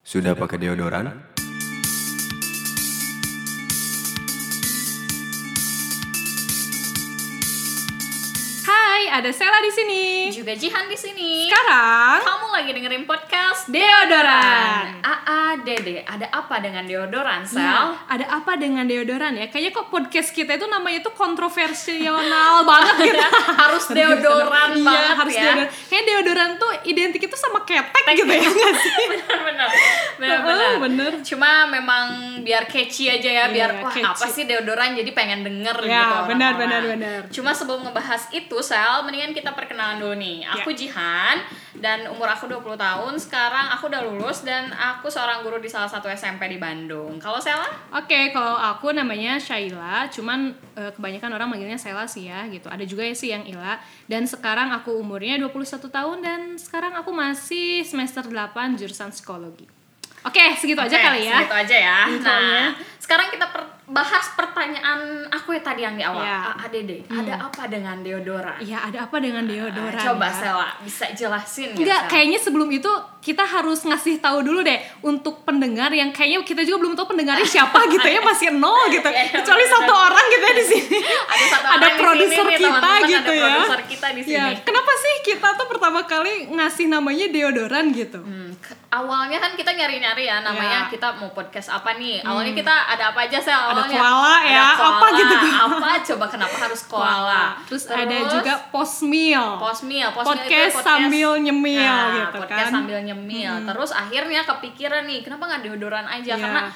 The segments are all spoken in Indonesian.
Sudah pakai deodoran? Hai, ada Sela di sini. Juga Jihan di sini. Sekarang Kamu lagi dengerin podcast Deodoran. Dede, ada apa dengan deodoran, Sel? Ya, ada apa dengan deodoran ya? Kayaknya kok podcast kita itu namanya tuh kontroversial banget gitu. Harus deodoran Iya, banget harus ya. deodoran. Kayak deodoran tuh identik itu sama ketek gitu ya nggak sih? Bener. Bener. Cuma memang biar catchy aja ya, biar Iya, wah catchy. apa sih deodoran, jadi pengen denger Ya, gitu benar, orang-orang. benar. Cuma sebelum ngebahas itu, Sel, mendingan kita perkenalan dulu nih. Aku Jihan dan umur aku 20 tahun. Sekarang aku udah lulus dan aku seorang guru di salah satu SMP di Bandung. Kalau Sela? Oke, kalau aku namanya Shaila, cuman kebanyakan orang manggilnya Sela sih ya gitu. Ada juga sih yang Ila. Dan sekarang aku umurnya 21 tahun dan sekarang aku masih semester 8 jurusan psikologi. Oke, segitu aja kali ya. Segitu aja ya. Infonya. Nah, sekarang kita bahas pertanyaan aku ya tadi yang di awal. Ya. Dede, ada apa dengan deodoran? Iya, ada apa dengan deodoran? Coba ya? Sela, bisa jelasin Enggak, Sel? kayaknya sebelum itu kita harus ngasih tahu dulu deh untuk pendengar yang kayaknya kita juga belum tahu pendengarnya siapa gitu ya, masih nol gitu. Iya, Kecuali bener. satu orang gitu ya di sini. Ada satu Ada orang di produser sini nih, kita teman-teman, gitu ada ya. produser kita di sini. Ya, kenapa sih kita tuh pertama kali ngasih namanya deodoran gitu? Awalnya kan kita nyari-nyari ya namanya, Ya. kita mau podcast apa nih. Awalnya kita ada apa aja Sel? Ada Awalnya koala ya, Ada koala. apa gitu. Apa coba kenapa harus koala? Terus ada juga postmeal. Postmeal Podcast itu sambil nyemil Nah, gitu podcast kan. sambil nyemil. Terus akhirnya kepikiran nih, kenapa nggak deodoran aja? Iya. Karena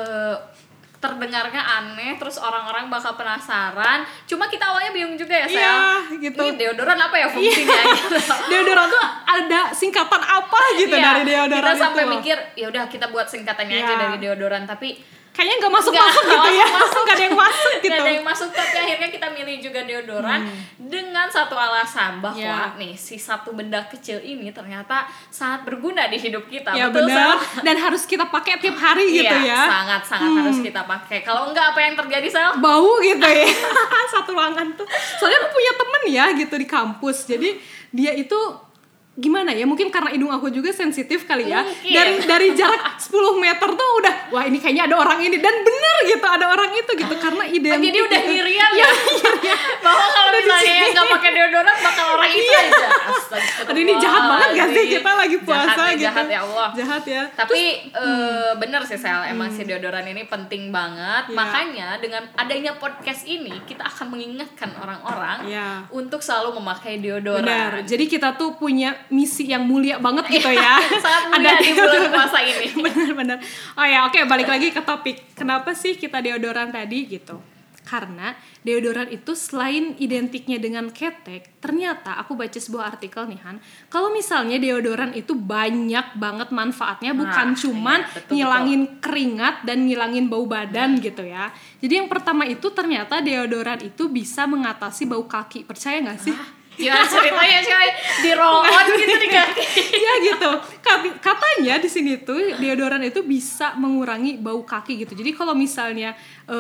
terdengarnya aneh, terus orang-orang bakal penasaran. Cuma kita awalnya bingung juga ya, Sel. Iya, gitu. Ini deodoran apa ya fungsinya? Gitu. Deodoran tuh ada singkatan apa gitu Iya, dari deodoran kita sampai itu. mikir, ya udah kita buat singkatannya aja Iya. dari deodoran, tapi Kayaknya nggak masuk-masuk gitu ya. Nggak ada yang masuk gitu. nggak ada yang masuk. Tapi akhirnya kita milih juga deodoran dengan satu alasan bahwa Iya. nih si satu benda kecil ini ternyata sangat berguna di hidup kita. Ya Betul, benar. Sel? Dan harus kita pakai tiap hari gitu Iya, ya. sangat harus kita pakai. Kalau enggak, apa yang terjadi, Sel? Bau gitu ya. Satu ruangan tuh. Soalnya aku punya temen ya gitu di kampus. Jadi dia itu gimana ya, mungkin karena hidung aku juga sensitif kali ya. Mungkin. Dari jarak 10 meter tuh udah, wah ini kayaknya ada orang ini, dan bener gitu ada orang itu gitu karena identik. Jadi udah gitu. ngirian ya. ya. Bahwa kalau misalnya yang nggak pakai deodoran bakal orang itu aja. Aduh, ini jahat banget gak sih, kita lagi puasa Jahat, gitu. Jahat ya Allah. Jahat ya. Tapi bener sih, Sel, emang si deodoran ini penting banget. Iya. Makanya dengan adanya podcast ini kita akan mengingatkan orang-orang Iya. untuk selalu memakai deodoran. Benar. Jadi kita tuh punya misi yang mulia banget gitu ya. Sangat mulia di bulan puasa ini. Benar-benar. Oh ya, oke, balik lagi ke topik. Kenapa sih kita deodoran tadi gitu? Karena deodoran itu selain identiknya dengan ketek, ternyata aku baca sebuah artikel nih Han, kalau misalnya deodoran itu banyak banget manfaatnya, bukan cuman iya, betul, ngilangin keringat dan ngilangin bau badan gitu ya. Jadi yang pertama itu ternyata deodoran itu bisa mengatasi bau kaki. Percaya nggak sih? Gimana ceritanya, coy? Di roll on gitu di kaki. Ya gitu. Katanya di sini tuh deodoran itu bisa mengurangi bau kaki gitu. Jadi kalau misalnya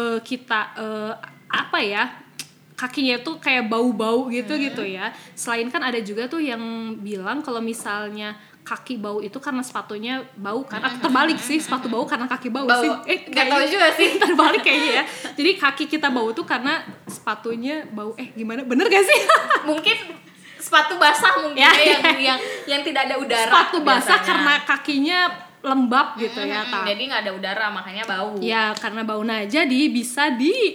kita apa ya, kakinya tuh kayak bau-bau gitu gitu ya. Selain kan ada juga tuh yang bilang kalau misalnya kaki bau itu karena sepatunya bau kan, atau terbalik sih, sepatu bau karena kaki bau sih. Nggak tahu juga sih. Terbalik kayaknya ya. Jadi kaki kita bau tuh karena sepatunya bau. Gimana? Bener gak sih? Mungkin sepatu basah mungkin Ya, yang tidak ada udara. Sepatu basah biasanya. karena kakinya lembab gitu ya. Jadi nggak ada udara, makanya bau. Ya, karena bau. Nah, jadi bisa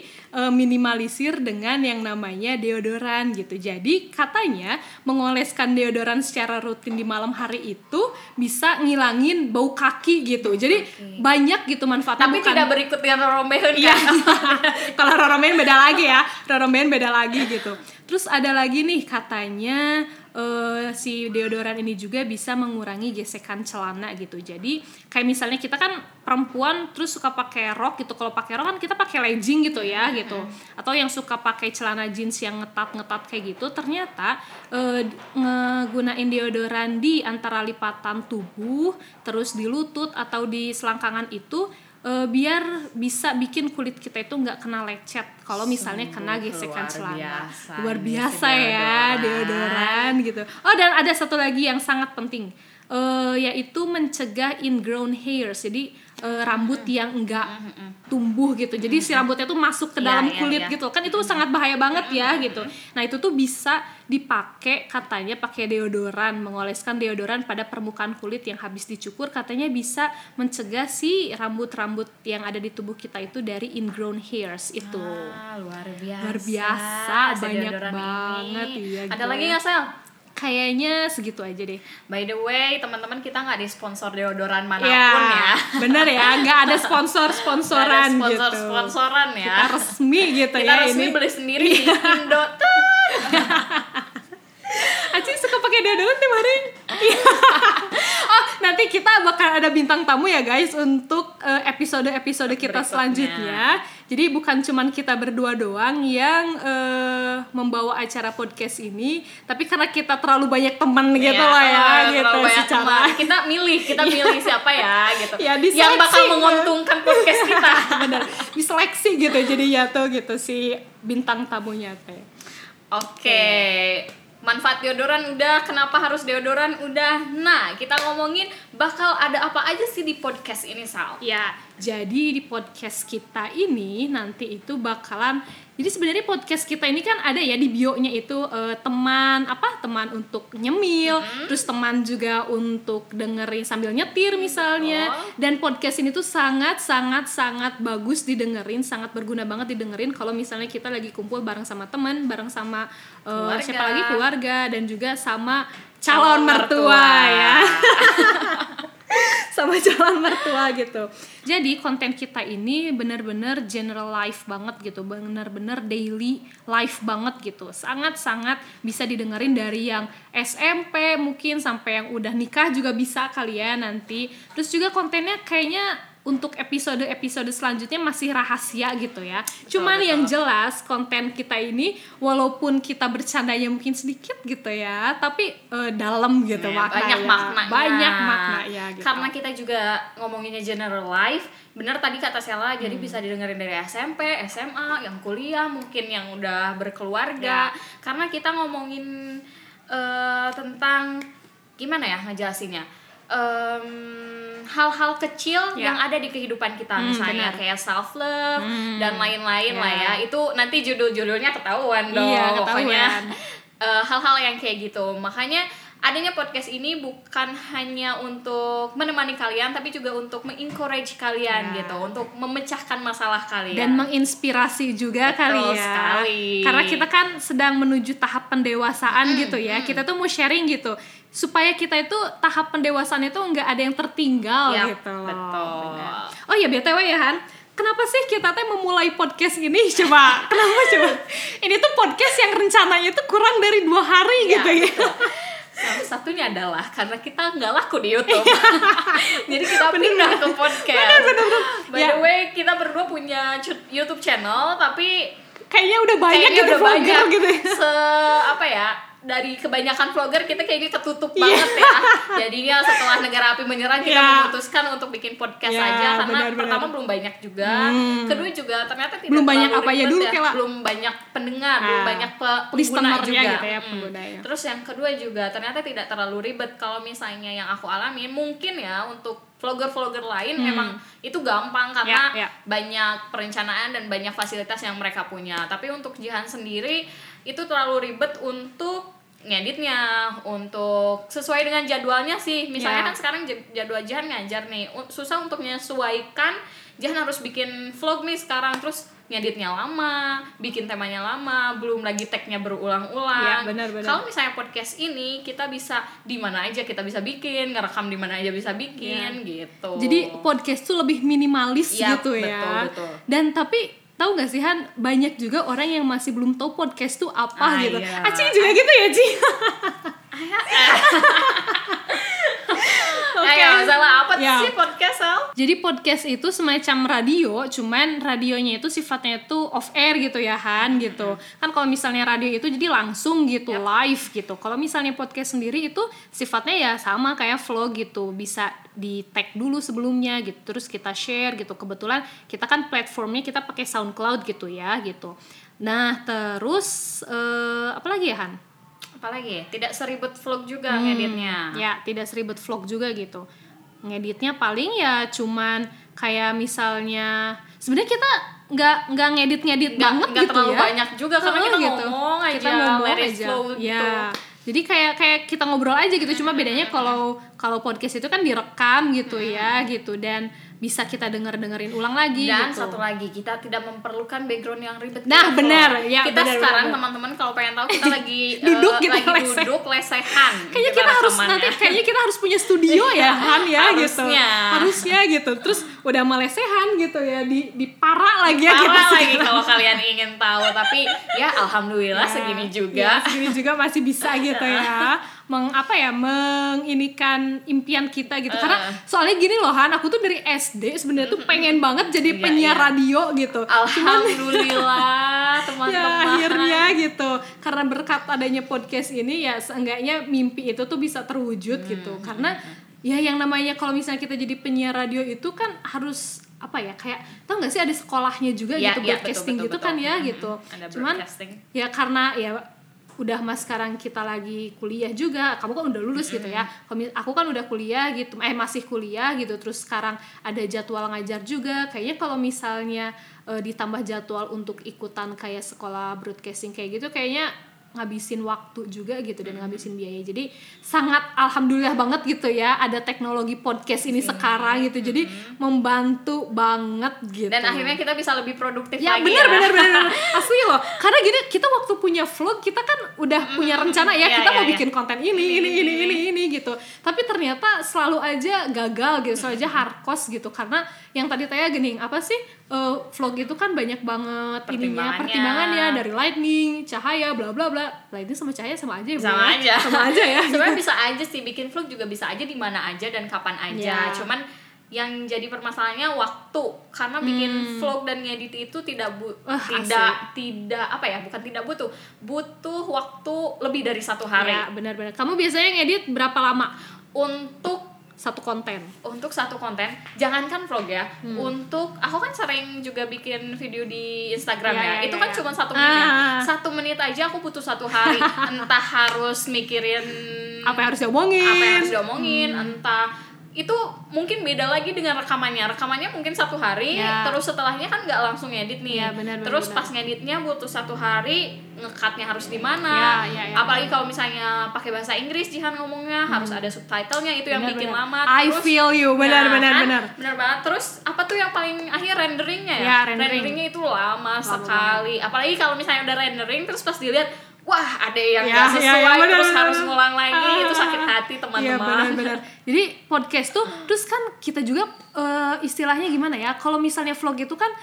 minimalisir dengan yang namanya deodoran gitu. Jadi katanya mengoleskan deodoran secara rutin di malam hari itu bisa ngilangin bau kaki gitu. Jadi banyak gitu manfaatnya. Tapi bukan tidak berikut dengan rorombeun Iya. kan? Kalau roromen beda lagi ya. Roromen beda lagi gitu. Terus ada lagi nih katanya si deodoran ini juga bisa mengurangi gesekan celana gitu. Jadi kayak misalnya kita kan perempuan terus suka pakai rok gitu. Kalau pakai rok kan kita pakai legging gitu ya gitu. Atau yang suka pakai celana jeans yang ngetat kayak gitu, ternyata ngegunain deodoran di antara lipatan tubuh, terus di lutut atau di selangkangan itu biar bisa bikin kulit kita itu nggak kena lecet kalau misalnya kena gesekan celana. Luar biasa ya deodoran gitu. Oh, dan ada satu lagi yang sangat penting. yaitu mencegah ingrown hairs. Jadi rambut yang enggak tumbuh gitu. Jadi si rambutnya tuh masuk ke dalam kulit gitu. Kan itu sangat bahaya banget ya gitu. Nah, itu tuh bisa dipakai, katanya pakai deodoran, mengoleskan deodoran pada permukaan kulit yang habis dicukur, katanya bisa mencegah si rambut-rambut yang ada di tubuh kita itu dari ingrown hairs itu. Luar biasa. Luar biasa, banyak banget ya. Ada lagi nggak, Sel? Kayaknya segitu aja deh. By the way, teman-teman, kita nggak di sponsor deodoran manapun ya. Bener ya, nggak ada sponsor-sponsoran gitu. Sponsor-sponsoran ya. Kita resmi gitu kita ya. Kita resmi ini. beli sendiri di Indo. Aci suka pakai deodoran tiap hari. Oh, nanti kita bakal ada bintang tamu ya guys untuk episode-episode kita selanjutnya. Jadi bukan cuman kita berdua doang yang membawa acara podcast ini, tapi karena kita terlalu banyak teman gitu lah ya, gitu secara teman. Kita milih siapa ya gitu. Ya, yang bakal menguntungkan podcast kita. Benar. Diseleksi gitu jadi ya tuh gitu si bintang tamunya teh. Oke. Manfaat deodoran udah, kenapa harus deodoran udah. Nah, kita ngomongin bakal ada apa aja sih di podcast ini, Sal? Ya, jadi di podcast kita ini nanti itu bakalan, jadi sebenarnya podcast kita ini kan ada ya di bio-nya itu teman untuk nyemil, terus teman juga untuk dengerin sambil nyetir misalnya. Dan podcast ini tuh sangat bagus didengerin, sangat berguna banget didengerin kalau misalnya kita lagi kumpul bareng sama teman, bareng sama siapa lagi, keluarga, dan juga sama calon mertua ya. Sama calon mertua gitu. Jadi konten kita ini benar-benar general life banget gitu, benar-benar daily life banget gitu. Sangat-sangat bisa didengerin dari yang SMP mungkin sampai yang udah nikah juga bisa kalian nanti. Terus juga kontennya kayaknya untuk episode-episode selanjutnya masih rahasia gitu ya. Cuman yang jelas konten kita ini walaupun kita bercandanya mungkin sedikit gitu ya, tapi dalam gitu maknanya. Banyak maknanya gitu. Karena kita juga ngomonginnya general life, benar tadi kata Sela, jadi bisa didengerin dari SMP, SMA, yang kuliah, mungkin yang udah berkeluarga. Karena kita ngomongin tentang gimana ya ngejelasinnya? Hal-hal kecil yang ada di kehidupan kita, misalnya kayak self love dan lain-lain lah ya. Itu nanti judul-judulnya ketahuan dong. Pokoknya hal-hal yang kayak gitu. Makanya adanya podcast ini bukan hanya untuk menemani kalian, tapi juga untuk mengencourage kalian gitu, untuk memecahkan masalah kalian dan menginspirasi juga kali ya. Sekali. Karena kita kan sedang menuju tahap pendewasaan gitu ya. Kita tuh mau sharing gitu supaya kita itu tahap pendewasaan itu nggak ada yang tertinggal gitu loh. Betul. Benar. Oh ya BTW ya Han, kenapa sih kita memulai podcast ini? Coba, kenapa coba? Ini tuh podcast yang rencananya itu kurang dari 2 hari gitu ya. Salah satunya adalah karena kita nggak laku di YouTube. Jadi kita pindah ke podcast. Bener. By the way, kita berdua punya YouTube channel, tapi kayaknya udah banyak gitu vlogger gitu. Dari kebanyakan vlogger kita kayaknya ketutup banget ya. Jadinya setelah Negara Api Menyerang kita memutuskan untuk bikin podcast aja karena pertama belum banyak juga, kedua juga ternyata tidak belum banyak apa ya dulu kayak belum banyak pendengar, belum banyak pengguna juga gitu ya, penggunanya. Terus yang kedua juga ternyata tidak terlalu ribet. Kalau misalnya yang aku alami mungkin ya untuk vlogger-vlogger lain memang itu gampang karena banyak perencanaan dan banyak fasilitas yang mereka punya. Tapi untuk Jihan sendiri itu terlalu ribet untuk ngeditnya, untuk sesuai dengan jadwalnya sih. Misalnya kan sekarang jadwal Jihan ngajar nih, susah untuk menyesuaikan. Jihan harus bikin vlog nih sekarang, terus ngeditnya lama, bikin temanya lama, belum lagi tag-nya berulang-ulang. Benar. Kalau misalnya podcast ini kita bisa di mana aja kita bisa bikin, ngerekam di mana aja bisa bikin gitu. Jadi podcast tuh lebih minimalis gitu ya. Betul. Dan tapi tahu nggak sih Han, banyak juga orang yang masih belum tahu podcast tuh apa gitu. Acing juga gitu ya Ci. Ayo, salah apa sih podcast, Sal? Jadi podcast itu semacam radio, cuman radionya itu sifatnya itu off air gitu ya Han gitu. Kan kalau misalnya radio itu jadi langsung gitu, live gitu. Kalau misalnya podcast sendiri itu sifatnya ya sama kayak vlog gitu, bisa di tag dulu sebelumnya gitu, terus kita share gitu. Kebetulan kita kan platformnya kita pakai SoundCloud gitu ya gitu. Nah terus apa lagi ya Han? Apalagi tidak seribet vlog juga ngeditnya. Ya, tidak seribet vlog juga gitu. Ngeditnya paling ya cuman kayak misalnya sebenarnya kita nggak ngedit banget nggak gitu terlalu ya. banyak juga karena kita gitu. ngomong aja, Kita ngomong let it aja. flow gitu. Ya. Jadi kayak kita ngobrol aja gitu. Cuma bedanya kalau podcast itu kan direkam gitu ya gitu, dan bisa kita dengerin ulang lagi. Dan gitu. satu lagi, kita tidak memerlukan background yang ribet. Nah, gitu. benar. Ya, kita benar, sekarang benar. teman-teman kalau pengen tahu kita lagi duduk lesehan. Kayaknya kita harus punya studio ya Han ya gitu. Harusnya gitu. Terus udah melesehan gitu ya di para lagi ya kita lagi kalau kalian ingin tahu, tapi ya alhamdulillah segini juga. Ya, segini juga masih bisa gitu ya. Menginikan impian kita gitu. Karena soalnya gini loh Han, aku tuh dari SD sebenarnya tuh pengen banget jadi penyiar radio gitu. Alhamdulillah teman-teman. Ya akhirnya gitu. Karena berkat adanya podcast ini ya seenggaknya mimpi itu tuh bisa terwujud gitu. Karena ya yang namanya kalau misalnya kita jadi penyiar radio itu kan harus kayak tau nggak sih ada sekolahnya juga gitu, broadcasting gitu kan ya gitu. Cuman ya karena ya udah sekarang kita lagi kuliah juga, kamu kan udah lulus gitu ya, aku kan udah kuliah gitu, masih kuliah gitu, terus sekarang ada jadwal ngajar juga, kayaknya kalau misalnya ditambah jadwal untuk ikutan kayak sekolah broadcasting kayak gitu, kayaknya ngabisin waktu juga gitu dan ngabisin biaya. Jadi sangat alhamdulillah banget gitu ya ada teknologi podcast ini sekarang gitu. Jadi membantu banget gitu. Dan akhirnya kita bisa lebih produktif ya, lagi bener. Asli loh. Karena gini kita waktu punya vlog kita kan udah punya rencana ya kita mau bikin konten ini gitu. Tapi ternyata selalu aja gagal gitu, selalu aja hard cost gitu. Karena yang tadi Taya gening vlog itu kan banyak banget pertimbangannya dari lighting, cahaya, bla bla bla. Lighting sama cahaya sama aja ya. Sama aja ya. Sebenarnya bisa aja sih bikin vlog juga bisa aja di mana aja dan kapan aja. Cuman yang jadi permasalahannya waktu, karena bikin vlog dan ngedit itu butuh waktu lebih dari 1 hari. Ya, benar-benar. Kamu biasanya ngedit berapa lama untuk satu konten? Untuk satu konten, jangankan vlog ya. Untuk aku kan sering juga bikin video di Instagram itu kan cuma 1 menit. 1 menit aja aku butuh 1 hari. Entah harus mikirin apa yang harus diomongin, entah itu mungkin beda lagi dengan rekamannya mungkin 1 hari, terus setelahnya kan nggak langsung ngedit nih, terus pas ngeditnya butuh 1 hari, ngecutnya harus di mana, apalagi kalau misalnya pakai bahasa Inggris Jihan ngomongnya harus ada subtitlenya, itu yang bikin lama. I feel you, benar. Benar banget. Terus apa tuh yang paling akhir renderingnya ya? Renderingnya itu lama sekali, apalagi kalau misalnya udah rendering terus pas dilihat wah ada yang gak sesuai, terus harus ngulang lagi, itu sakit hati teman-teman. Benar. Jadi podcast tuh terus kan kita juga istilahnya gimana ya, kalau misalnya vlog itu kan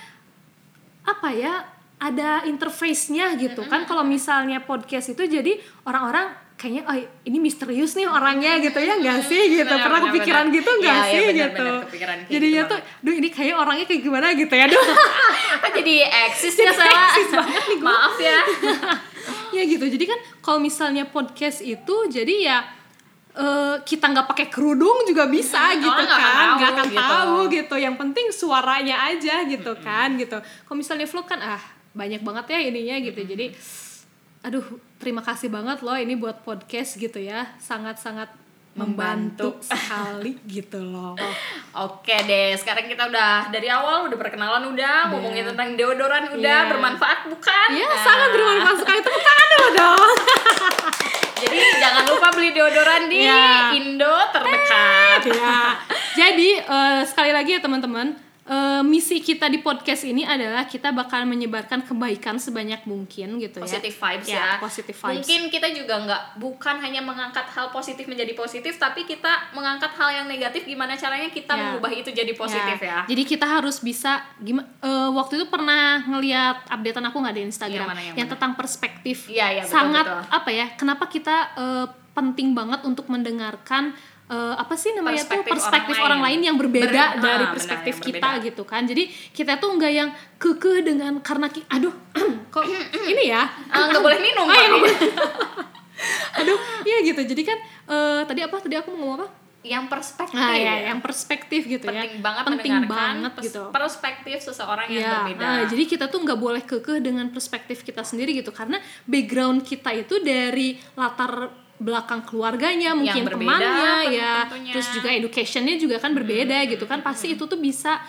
ada interface-nya gitu kan. Kalau misalnya podcast itu jadi orang-orang kayaknya ini misterius nih orangnya gitu ya, nggak sih gitu. Pernah kepikiran gitu nggak sih gitu. Jadinya tuh ini kayak orangnya kayak gimana gitu ya. Jadi eksis ya salah. Maaf ya. Ya gitu. Jadi kan kalau misalnya podcast itu jadi ya kita nggak pakai kerudung juga bisa gitu kan, nggak akan tahu gitu. Yang penting suaranya aja gitu kan gitu. Kalau misalnya vlog kan banyak banget ya ininya gitu. Jadi terima kasih banget loh ini buat podcast gitu ya, sangat-sangat membantu sekali gitu loh. Oke deh, sekarang kita udah dari awal udah perkenalan, udah ngomongin tentang deodoran, udah bermanfaat bukan? Iya, sangat bermanfaat sekali. Tepuk tangan dulu dong. Jadi jangan lupa beli deodoran di Indo terdekat. Jadi sekali lagi ya teman-teman, misi kita di podcast ini adalah kita bakal menyebarkan kebaikan sebanyak mungkin gitu. Positive vibes ya. Positive vibes. Mungkin kita juga bukan hanya mengangkat hal positif menjadi positif, tapi kita mengangkat hal yang negatif, gimana caranya kita mengubah itu jadi positif ya. Jadi kita harus bisa waktu itu pernah ngelihat updatean aku nggak di Instagram yang tentang perspektif. Iya, sangat betul. Kenapa kita penting banget untuk mendengarkan perspektif orang lain yang berbeda dari perspektif kita gitu kan. Jadi kita tuh nggak yang kekeh dengan karena kok ini ya nggak boleh minum iya gitu. Jadi kan tadi aku mau ngomong apa? yang perspektif yang perspektif gitu penting ya. banget penting mendengarkan banget gitu. Perspektif seseorang yang berbeda. Jadi kita tuh nggak boleh kekeh dengan perspektif kita sendiri gitu, karena background kita itu dari latar belakang keluarganya, mungkin berbeda, temannya ya, tentunya. terus juga educationnya juga kan berbeda gitu kan, pasti itu tuh bisa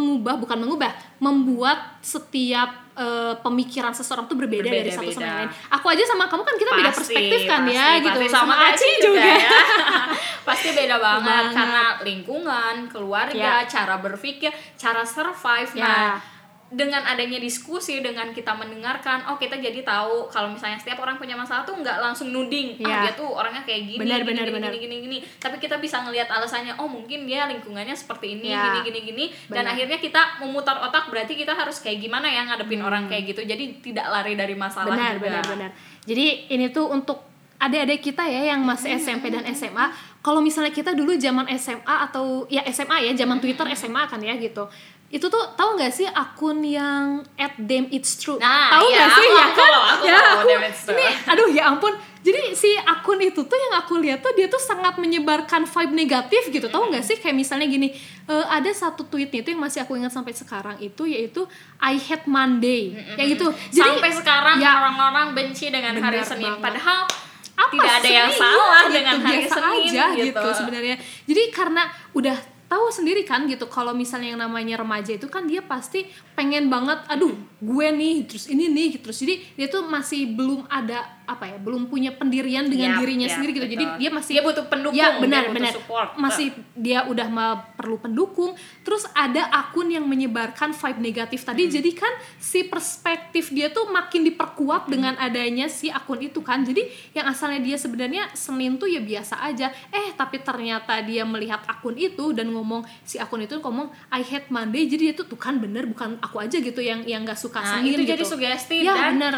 membuat setiap pemikiran seseorang tuh berbeda dari satu sama yang lain. Aku aja sama kamu kan kita beda perspektif kan ya gitu. Sama Aci juga ya. Pasti beda banget banget. Karena lingkungan, keluarga, cara berpikir, cara survive. Nah, dengan adanya diskusi, dengan kita mendengarkan, kita jadi tahu kalau misalnya setiap orang punya masalah tuh nggak langsung nuding, dia tuh orangnya kayak gini, gini. Tapi kita bisa ngelihat alasannya, mungkin dia lingkungannya seperti ini, gini. Dan akhirnya kita memutar otak, berarti kita harus kayak gimana ya ngadepin orang kayak gitu. Jadi tidak lari dari masalah juga. Benar. Jadi ini tuh untuk adik-adik kita ya yang masih SMP dan SMA. Kalau misalnya kita dulu zaman SMA atau ya SMA ya, zaman Twitter SMA kan ya gitu. Itu tuh tahu nggak sih akun yang @damnitstrue? Tahu nggak sih ya kan? Ini aduh ya ampun. Jadi si akun itu tuh yang aku lihat tuh dia tuh sangat menyebarkan vibe negatif gitu. Tahu nggak sih kayak misalnya gini, ada satu tweetnya itu yang masih aku ingat sampai sekarang itu, yaitu I hate Monday. Kayak gitu. Jadi sampai sekarang orang-orang benci dengan hari Senin, padahal tidak ada yang salah dengan hari Senin aja gitu sebenarnya. Jadi karena udah tahu sendiri kan gitu, kalau misalnya yang namanya remaja itu kan dia pasti pengen banget, gue nih, terus ini nih, terus jadi dia tuh masih belum ada belum punya pendirian dengan dirinya sendiri gitu. Jadi dia butuh pendukung, benar support. Masih dia udah perlu pendukung. Terus ada akun yang menyebarkan vibe negatif tadi, jadi kan si perspektif dia tuh makin diperkuat dengan adanya si akun itu kan. Jadi yang asalnya dia sebenarnya Senin tuh ya biasa aja, tapi ternyata dia melihat akun itu dan si akun itu ngomong I hate Monday, jadi dia tuh kan bener, bukan aku aja gitu yang nggak suka Senin itu gitu. jadi sugesti dan bener.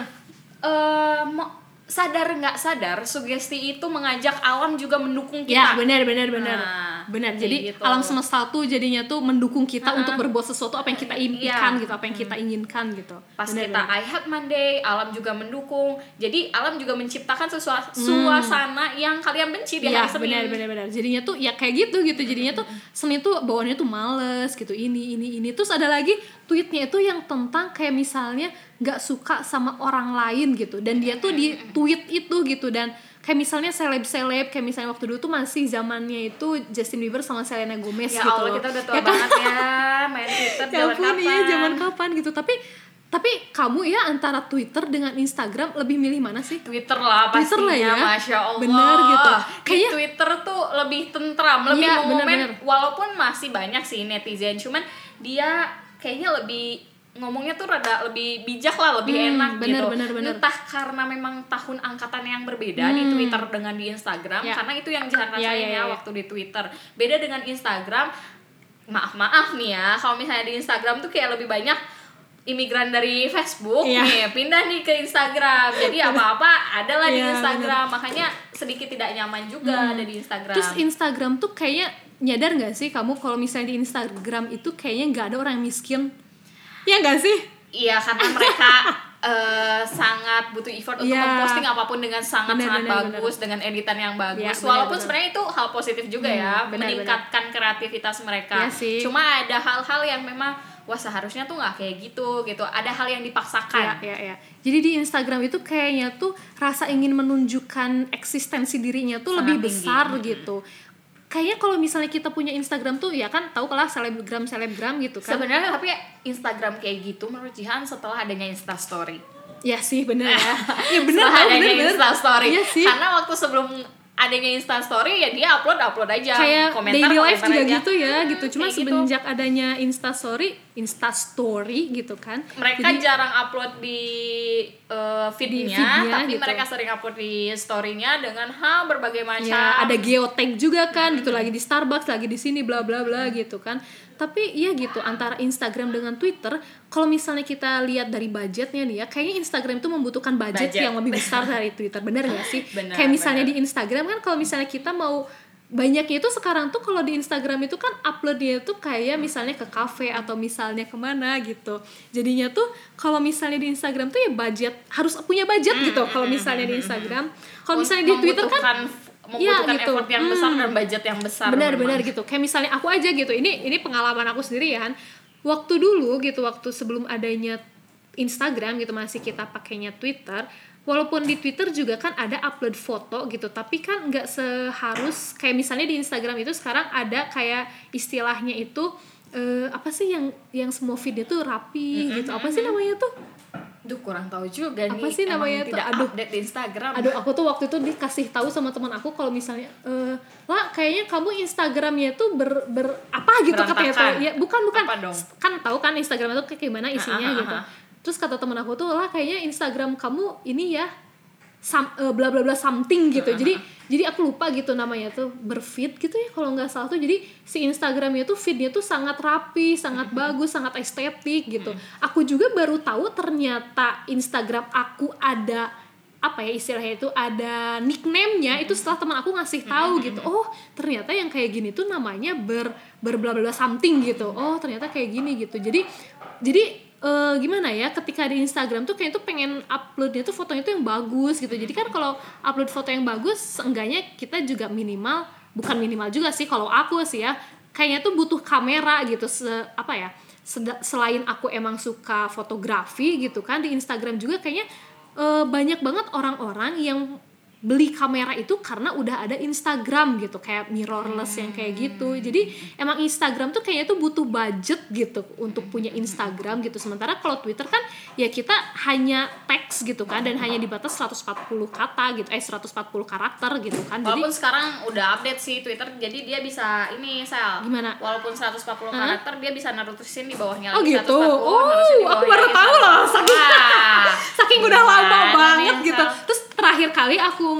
Sadar nggak sadar, sugesti itu mengajak alam juga mendukung kita. Benar. Jadi gitu. Alam semesta tuh jadinya tuh mendukung kita untuk berbuat sesuatu apa yang kita impikan gitu, apa yang kita inginkan gitu. Pas kita I hate Monday, alam juga mendukung. Jadi alam juga menciptakan suasana yang kalian benci di hari Senin. Benar. Jadinya tuh ya kayak gitu. Jadinya tuh Senin tuh bawaannya tuh males gitu. Ini. Terus ada lagi tweetnya itu yang tentang kayak misalnya nggak suka sama orang lain gitu, dan dia tuh di tweet itu gitu, dan kayak misalnya seleb kayak misalnya waktu dulu tuh masih zamannya itu Justin Bieber sama Selena Gomez ya gitu. Ya Allah, kita udah tua banget ya main Twitter zaman kapan gitu. Tapi kamu ya antara Twitter dengan Instagram lebih milih mana sih? Twitter lah pastinya, ya? Masya Allah. Bener gitu. Kayaknya Twitter tuh lebih tentram, lebih momen. Walaupun masih banyak sih netizen, cuman dia kayaknya lebih ngomongnya tuh rada lebih bijak lah, lebih enak gitu. Bener. Entah karena memang tahun angkatan yang berbeda di Twitter dengan di Instagram, karena itu yang Jihan rasain ya waktu di Twitter. Beda dengan Instagram, maaf nih ya, kalau misalnya di Instagram tuh kayak lebih banyak imigran dari Facebook nih pindah nih ke Instagram, jadi apa-apa adalah di Instagram, makanya sedikit tidak nyaman juga ada di Instagram. Terus Instagram tuh kayaknya, nyadar nggak sih kamu kalau misalnya di Instagram itu kayaknya nggak ada orang miskin? Ya nggak sih? Iya, karena mereka sangat butuh effort untuk memposting apapun dengan sangat bagus, dengan editan yang bagus. Walaupun sebenarnya itu hal positif juga meningkatkan kreativitas mereka. Cuma ada hal-hal yang memang seharusnya tuh nggak kayak gitu. Ada hal yang dipaksakan. Jadi di Instagram itu kayaknya tuh rasa ingin menunjukkan eksistensi dirinya tuh sangat lebih besar gitu. Kayaknya kalau misalnya kita punya Instagram tuh ya kan tahu kalau selebgram gitu kan. Sebenarnya tapi Instagram kayak gitu menurut Jihan setelah adanya Instastory. Ya sih bener ya. Ya bener adanya Instastory. Iya sih. Karena waktu sebelum adanya Instastory ya dia upload aja. Kayak komentar, daily life juga aja. gitu ya gitu. Cuma semenjak adanya Instastory gitu kan. Mereka jadi, jarang upload di feednya, tapi gitu. Mereka sering upload di story-nya dengan berbagai macam. Ya, ada geotag juga kan gitu, lagi di Starbucks, lagi di sini bla bla bla gitu kan. Tapi ya gitu, antara Instagram dengan Twitter, kalau misalnya kita lihat dari budgetnya nih ya, kayaknya Instagram itu membutuhkan budget yang lebih besar dari Twitter. Benar gak sih? Kayak misalnya di Instagram kan kalau misalnya kita mau banyaknya itu sekarang tuh kalau di Instagram itu kan uploadnya tuh kayak misalnya ke kafe atau misalnya kemana gitu. Jadinya tuh kalau misalnya di Instagram tuh ya harus punya budget gitu. Kalau misalnya di Instagram, kalau misalnya di Twitter kan membutuhkan gitu. effort yang besar dan budget yang besar. Benar-benar gitu. Kayak misalnya aku aja gitu. Ini pengalaman aku sendiri ya kan. Waktu dulu gitu, waktu sebelum adanya Instagram gitu, masih kita pakainya Twitter. Walaupun di Twitter juga kan ada upload foto gitu, tapi kan nggak seharus kayak misalnya di Instagram itu sekarang ada kayak istilahnya itu apa sih yang semua feed itu rapi gitu. Apa sih namanya tuh? Duh, kurang tahu juga nih. Apa sih namanya tuh? Tidak update di Instagram. Aduh, aku tuh waktu itu dikasih tahu sama teman aku kalau misalnya lah kayaknya kamu Instagramnya tuh ber apa gitu katanya tuh. Ya bukan. Apa dong? Kan tahu kan Instagram itu kayak gimana isinya gitu. Terus kata teman aku tuh, lah kayaknya Instagram kamu ini ya bla bla bla something gitu. Jadi aku lupa gitu namanya tuh, berfeed gitu ya kalau nggak salah tuh. Jadi si Instagramnya tuh feednya tuh sangat rapi, sangat bagus, sangat estetik gitu. Aku juga baru tahu ternyata Instagram aku ada apa ya istilahnya itu, ada nickname-nya itu setelah teman aku ngasih tahu gitu. Oh ternyata yang kayak gini tuh namanya bla bla bla something gitu. Oh ternyata kayak gini gitu. Jadi gimana ya, ketika di Instagram tuh kayak tuh pengen uploadnya tuh fotonya tuh yang bagus gitu. Jadi kan kalau upload foto yang bagus, seenggaknya kita juga bukan minimal juga sih kalau aku sih ya, kayaknya tuh butuh kamera gitu. Selain aku emang suka fotografi gitu kan, di Instagram juga kayaknya banyak banget orang-orang yang beli kamera itu karena udah ada Instagram gitu, kayak mirrorless yang kayak gitu. Jadi emang Instagram tuh kayaknya tuh butuh budget gitu untuk punya Instagram gitu. Sementara kalau Twitter kan ya kita hanya teks gitu kan, dan hanya dibatas 140 kata gitu, 140 karakter gitu kan. Walaupun sekarang udah update sih Twitter, jadi dia bisa ini gimana? Walaupun 140 karakter dia bisa naruh-terusin di bawahnya lagi gitu. 140, aku baru tahu loh, saking udah lama banget gitu. Terus terakhir kali aku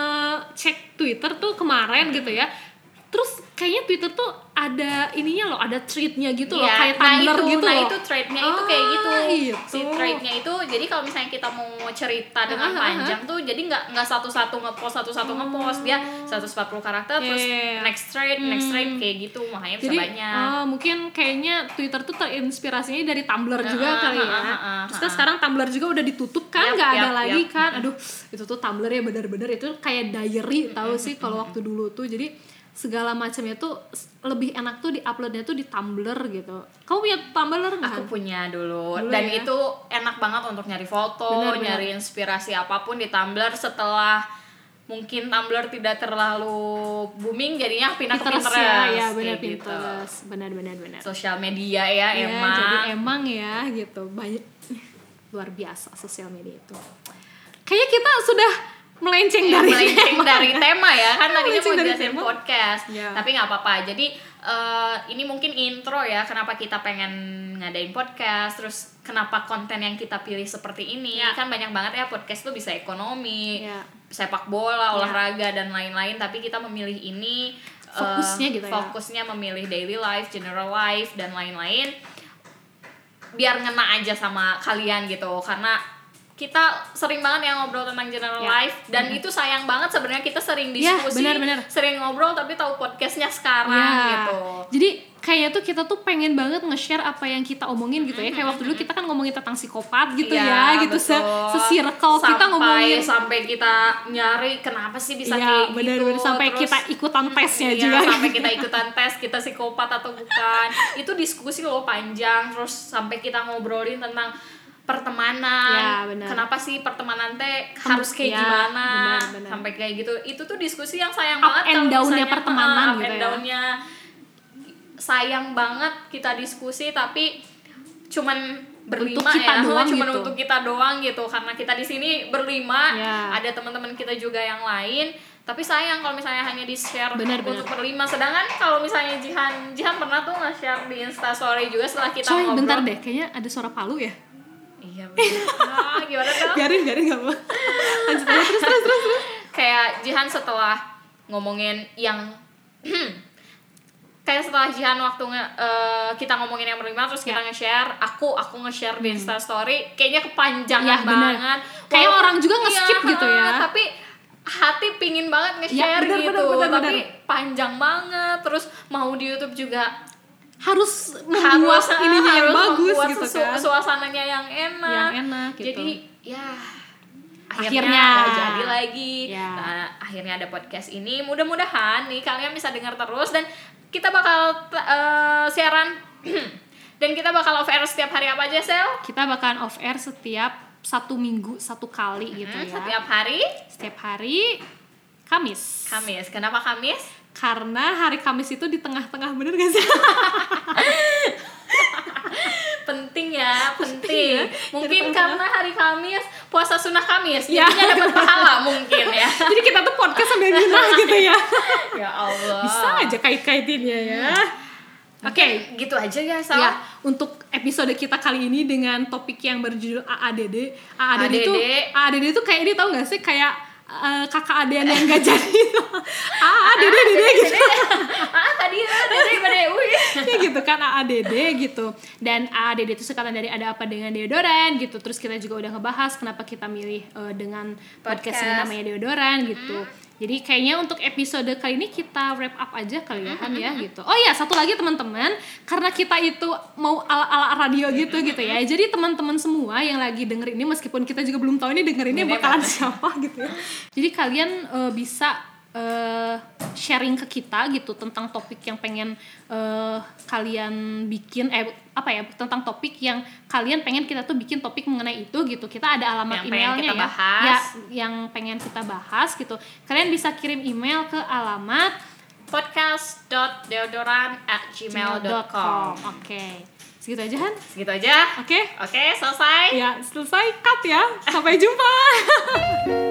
ngecek Twitter tuh kemarin gitu ya. Terus kayaknya Twitter tuh ada ininya loh, ada thread-nya gitu loh, kayak Tumblr gitu loh. Nah itu thread-nya itu kayak gitu. Itu. Si thread-nya itu, jadi kalau misalnya kita mau cerita dengan panjang tuh, jadi nggak satu-satu ngepost, dia 140 karakter terus next thread kayak gitu, makanya bisa banyak. Mungkin kayaknya Twitter tuh terinspirasinya dari Tumblr juga kali ya. Terus kan sekarang Tumblr juga udah ditutup kan, nggak ada lagi kan. Aduh, itu tuh Tumblr ya bener-bener itu kayak diary tahu sih kalau waktu dulu tuh. Jadi segala macamnya tuh lebih enak tuh di-uploadnya tuh di Tumblr gitu. Kamu punya Tumblr nggak? Aku punya dulu dan ya? Itu enak banget untuk nyari foto, nyari inspirasi apapun di Tumblr. Setelah mungkin Tumblr tidak terlalu booming, jadinya pindah ke Pinterest. Ya benar, Pinterest. Benar. Sosial media ya emang. Jadi emang ya gitu, banyak luar biasa sosial media itu. Kayaknya kita sudah melenceng dari tema ya, kan tadinya mau jelasin podcast, tapi nggak apa-apa. Jadi ini mungkin intro ya, kenapa kita pengen ngadain podcast, terus kenapa konten yang kita pilih seperti ini. Kan banyak banget ya podcast tuh bisa ekonomi, sepak bola, olahraga dan lain-lain, tapi kita memilih ini fokusnya gitu ya. Fokusnya memilih daily life, general life dan lain-lain, biar ngena aja sama kalian gitu, karena kita sering banget yang ngobrol tentang general life dan itu sayang banget sebenarnya kita sering diskusi, sering ngobrol tapi tahu podcastnya sekarang gitu. Jadi kayaknya tuh kita tuh pengen banget nge-share apa yang kita omongin gitu ya. Kayak waktu dulu kita kan ngomongin tentang psikopat gitu gitu, se-circle kita ngomongin sampai kita nyari kenapa sih bisa kayak gitu. Sampai terus, kita ikutan tesnya juga. Sampai kita ikutan tes kita psikopat atau bukan. Itu diskusi loh panjang, terus sampai kita ngobrolin tentang pertemanan, kenapa sih pertemanan teh harus kayak gimana, sampai kayak gitu. Itu tuh diskusi yang sayang banget and down-nya pertemanan gitu ya. Down-nya sayang banget kita diskusi tapi cuman berlima untuk kita doang gitu, karena kita di sini berlima, ada teman-teman kita juga yang lain. Tapi sayang kalau misalnya hanya di-share untuk berlima. Sedangkan kalau misalnya Jihan pernah tuh nge-share di Instastory juga setelah kita ngobrol. Bentar deh, kayaknya ada suara palu ya. Iya bener. Gimana dong? Garing gak apa. Lanjut terus. Kayak Jihan setelah ngomongin yang kayak setelah Jihan waktu kita ngomongin yang berlima terus kita nge-share, aku nge-share di Instastory, kayaknya kepanjangan banget. Kayak orang juga nge-skip gitu ya. Tapi hati pingin banget nge-share bener, tapi panjang banget. Terus mau di YouTube juga harus membuat ininya yang bagus gitu kan, suasananya yang enak gitu. Jadi ya akhirnya nggak jadi lagi. Ya. Nah, akhirnya ada podcast ini. Mudah-mudahan nih kalian bisa dengar terus, dan kita bakal siaran dan kita bakal off air setiap hari apa aja, Sel? Kita bakalan off air setiap 1 minggu 1 kali gitu ya. Setiap hari Kamis. Kenapa Kamis? Karena hari Kamis itu di tengah-tengah, bener gak sih? penting ya. Mungkin Jadi, karena hari Kamis puasa sunnah Kamis, jadinya dapat pahala mungkin ya. Jadi kita tuh podcast sambil nyunah gitu ya. Ya Allah. Bisa aja kait-kaitinnya ya. Oke, gitu aja ya, Sal. Ya, untuk episode kita kali ini dengan topik yang berjudul AADD. AADD itu kayak ini, tau gak sih, kayak kakak adean yang gak jadi itu. AADD gitu. Tadi dede Ya gitu kan, AADD gitu. Dan AADD itu singkatan dari ada apa dengan deodoran gitu. Terus kita juga udah ngebahas kenapa kita milih dengan podcast ini namanya deodoran gitu. Jadi kayaknya untuk episode kali ini kita wrap up aja kali ya kan ya gitu. Oh iya, satu lagi teman-teman, karena kita itu mau ala-ala radio gitu ya. Jadi teman-teman semua yang lagi denger ini, meskipun kita juga belum tahu ini denger ini bakalan siapa gitu ya. Jadi kalian bisa sharing ke kita gitu tentang topik yang pengen kalian bikin tentang topik yang kalian pengen kita tuh bikin topik mengenai itu gitu. Kita ada alamat yang emailnya ya yang pengen kita bahas gitu. Kalian bisa kirim email ke alamat podcast.deodoran@gmail.com. Oke. Segitu aja Han? Segitu aja. Oke, selesai. Ya, selesai, cut ya. Sampai jumpa.